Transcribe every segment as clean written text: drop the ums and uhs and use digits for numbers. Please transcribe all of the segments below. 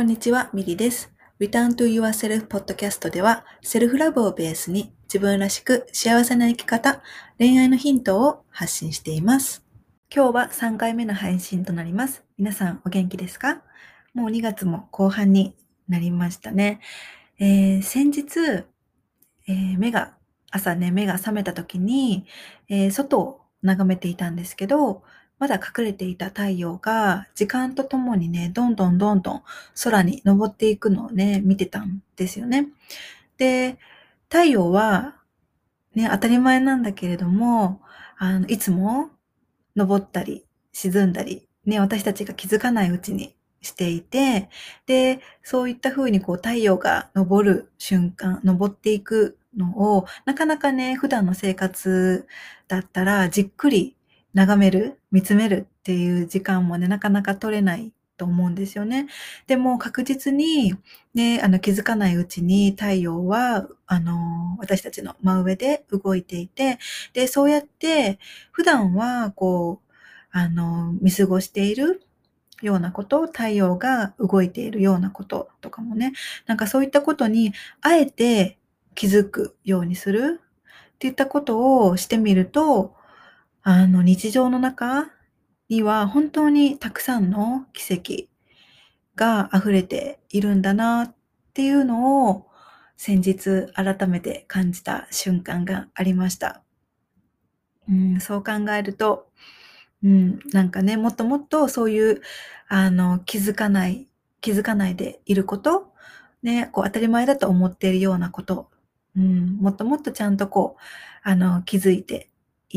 こんにちは、ミリです。Return to Yourself Podcast では、セルフラブをベースに自分らしく幸せな生き方、恋愛のヒントを発信しています。今日は3回目の配信となります。皆さんお元気ですか？もう2月も後半になりましたね。先日、朝ね、目が覚めた時に、外を眺めていたんですけど、まだ隠れていた太陽が時間とともにね、どんどん空に昇っていくのをね、見てたんですよね。で、太陽はね、当たり前なんだけれども、いつも昇ったり沈んだり、ね、私たちが気づかないうちにしていて、で、そういった風にこう太陽が昇る瞬間、昇っていくのを、なかなかね、普段の生活だったらじっくり眺める、見つめるっていう時間もね、なかなか取れないと思うんですよね。でも確実にね、気づかないうちに太陽は、私たちの真上で動いていて、で、そうやって普段はこう、見過ごしているようなこと、太陽が動いているようなこととかもね、なんかそういったことにあえて気づくようにするっていったことをしてみると、日常の中には本当にたくさんの奇跡が溢れているんだなっていうのを先日改めて感じた瞬間がありました。そう考えると、なんかね、もっともっとそういう、気づかないでいること、ね、こう当たり前だと思っているようなこと、もっともっとちゃんとこう、気づいていって、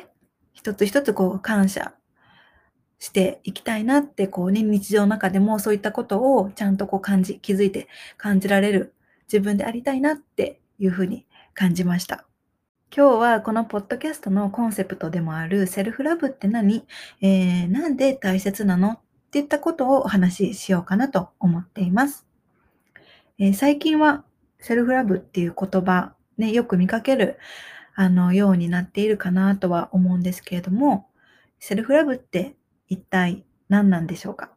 一つ一つこう感謝していきたいなって、こうね、日常の中でもそういったことをちゃんとこう気づいて感じられる自分でありたいなっていうふうに感じました。今日はこのポッドキャストのコンセプトでもあるセルフラブって何、なんで大切なのっていったことをお話ししようかなと思っています。最近はセルフラブっていう言葉、ね、よく見かけるようになっているかなとは思うんですけれども、セルフラブって一体何なんでしょうか？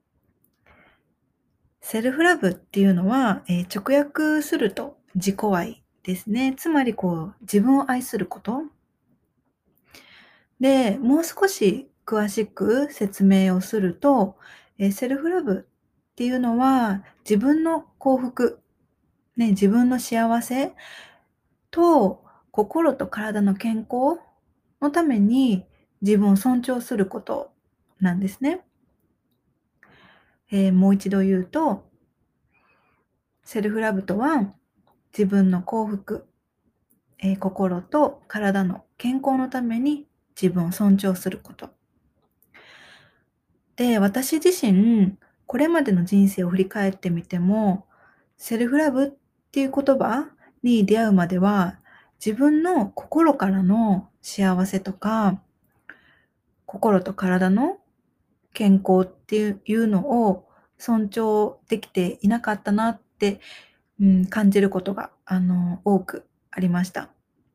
セルフラブっていうのは、直訳すると自己愛ですね。つまりこう自分を愛することで、もう少し詳しく説明をすると、セルフラブっていうのは、自分の幸福、ね、自分の幸せと心と体の健康のために自分を尊重することなんですね。もう一度言うと、セルフラブとは自分の幸福、心と体の健康のために自分を尊重すること。で、私自身、これまでの人生を振り返ってみても、セルフラブっていう言葉に出会うまでは、自分の心からの幸せとか、心と体の健康っていうのを尊重できていなかったなって、感じることが、多くありました。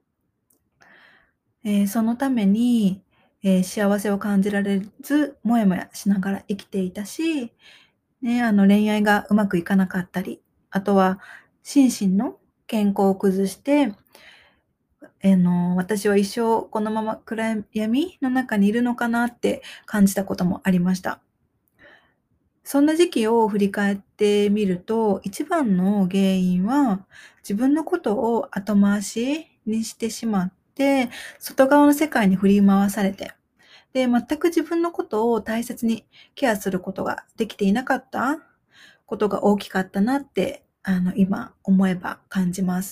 そのために、幸せを感じられず、もやもやしながら生きていたし、ね、恋愛がうまくいかなかったり、あとは心身の健康を崩して、私は一生このまま暗闇の中にいるのかなって感じたこともありました。そんな時期を振り返ってみると、一番の原因は、自分のことを後回しにしてしまって、外側の世界に振り回されて、で、全く自分のことを大切にケアすることができていなかったことが大きかったなって、今思えば感じます。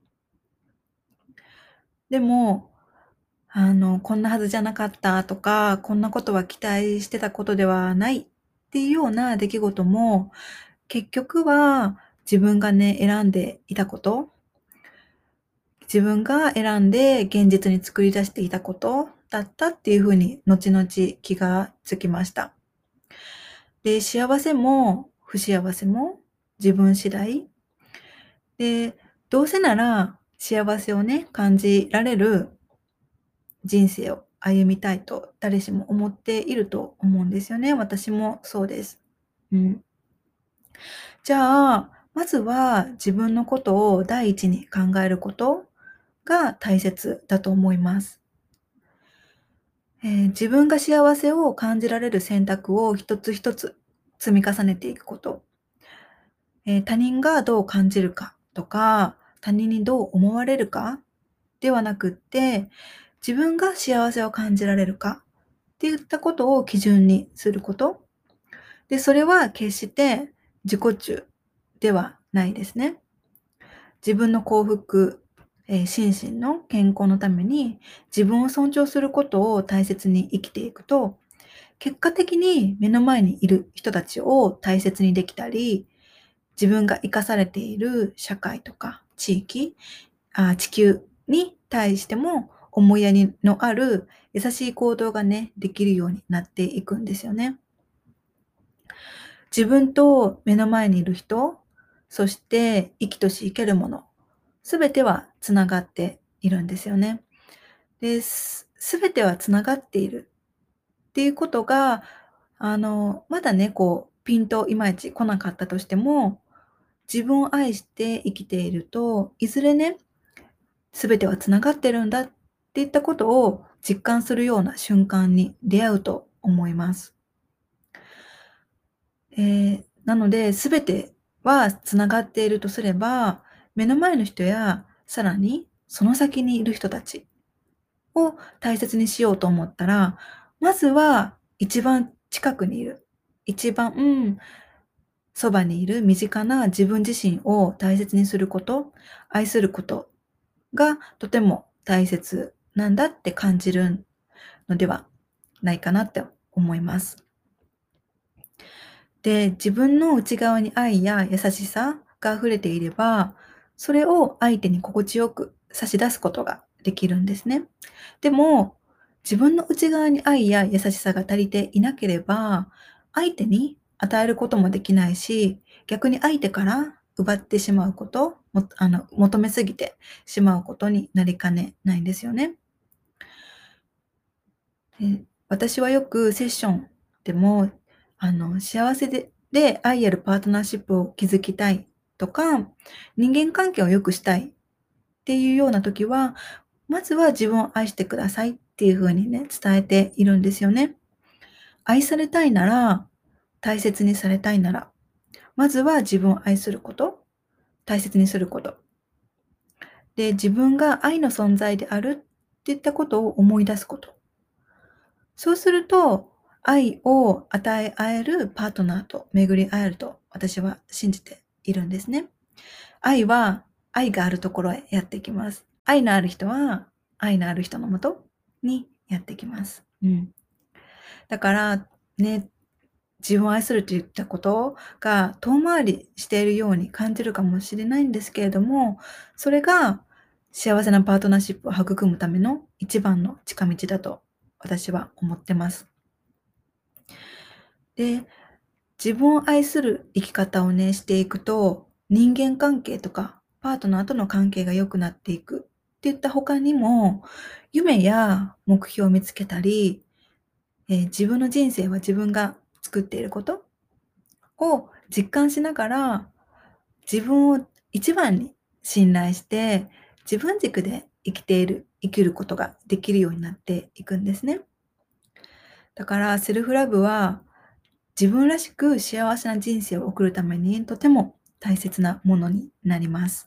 でも、こんなはずじゃなかったとか、こんなことは期待してたことではないっていうような出来事も、結局は自分がね、選んでいたこと、自分が選んで現実に作り出していたことだったっていうふうに、後々気がつきました。で、幸せも不幸せも自分次第。で、どうせなら幸せをね、感じられる人生を歩みたいと誰しも思っていると思うんですよね。私もそうです。うん。 じゃあ、まずは自分のことを第一に考えることが大切だと思います。自分が幸せを感じられる選択を一つ一つ積み重ねていくこと。他人がどう感じるかとか、他人にどう思われるかではなくって、自分が幸せを感じられるかっていったことを基準にすること。で、それは決して自己中ではないですね。自分の幸福、心身の健康のために自分を尊重することを大切に生きていくと、結果的に目の前にいる人たちを大切にできたり、自分が生かされている社会とか地域、地球に対しても思いやりのある優しい行動がね、できるようになっていくんですよね。自分と目の前にいる人、そして生きとし生けるもの、すべてはつながっているんですよね。で、すべてはつながっているっていうことが、まだね、ピンといまいち来なかったとしても、自分を愛して生きていると、いずれね、すべてはつながってるんだっていったことを実感するような瞬間に出会うと思います。なので、すべてはつながっているとすれば、目の前の人や、さらにその先にいる人たちを大切にしようと思ったら、まずは一番近くにいる、一番そばにいる身近な自分自身を大切にすること、愛することがとても大切なんだって感じるのではないかなって思います。で、自分の内側に愛や優しさが溢れていれば、それを相手に心地よく差し出すことができるんですね。でも、自分の内側に愛や優しさが足りていなければ、相手に与えることもできないし、逆に相手から奪ってしまうこと、求めすぎてしまうことになりかねないんですよね。私はよくセッションでも、幸せで愛あるパートナーシップを築きたいとか、人間関係を良くしたいっていうような時は、まずは自分を愛してくださいっていう風にね、伝えているんですよね。愛されたいなら、大切にされたいなら、まずは自分を愛すること、大切にすること。で、自分が愛の存在であるっていったことを思い出すこと。そうすると、愛を与え合えるパートナーと巡り合えると私は信じているんですね。愛は愛があるところへやってきます。愛のある人は愛のある人のもとにやってきます。だからね、自分を愛するといったことが遠回りしているように感じるかもしれないんですけれども、それが幸せなパートナーシップを育むための一番の近道だと私は思ってます。で、自分を愛する生き方をね、していくと、人間関係とか、パートナーとの関係が良くなっていくっていった他にも、夢や目標を見つけたり、自分の人生は自分が作っていることを実感しながら、自分を一番に信頼して、自分軸で生きることができるようになっていくんですね。だからセルフラブは自分らしく幸せな人生を送るためにとても大切なものになります。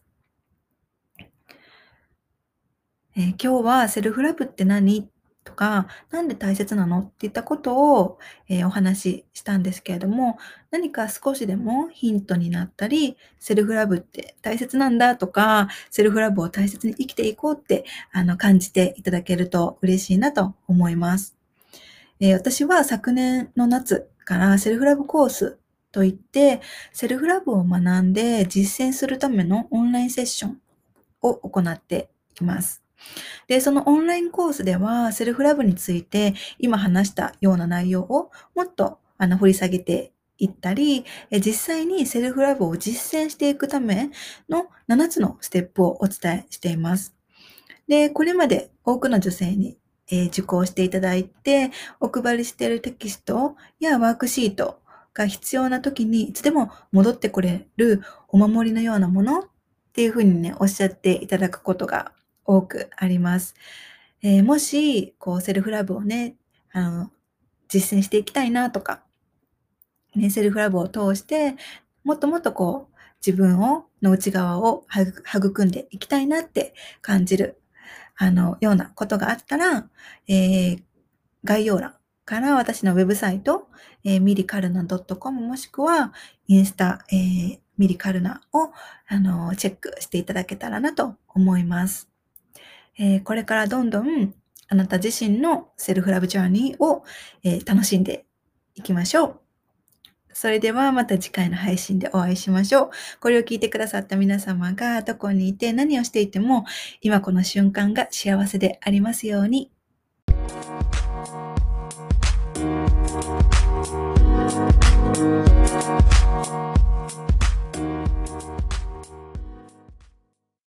今日はセルフラブって何とか、なんで大切なのっていったことを、お話ししたんですけれども、何か少しでもヒントになったり、セルフラブって大切なんだとか、セルフラブを大切に生きていこうって感じていただけると嬉しいなと思います。私は昨年の夏からセルフラブコースといって、セルフラブを学んで実践するためのオンラインセッションを行っています。で、そのオンラインコースでは、セルフラブについて今話したような内容をもっと掘り下げていったり、実際にセルフラブを実践していくための7つのステップをお伝えしています。で、これまで多くの女性に、受講していただいて、お配りしているテキストやワークシートが必要な時にいつでも戻ってこれるお守りのようなものっていうふうにね、おっしゃっていただくことが多くあります。もし、セルフラブをね、実践していきたいなとか、ね、セルフラブを通して、もっともっと自分の内側を育んでいきたいなって感じる、ようなことがあったら、概要欄から私のウェブサイト、ミリカルナ .com もしくはインスタ、ミリカルナを、チェックしていただけたらなと思います。これからどんどんあなた自身のセルフラブジャーニーを、楽しんでいきましょう。それではまた次回の配信でお会いしましょう。これを聞いてくださった皆様がどこにいて何をしていても今この瞬間が幸せでありますように。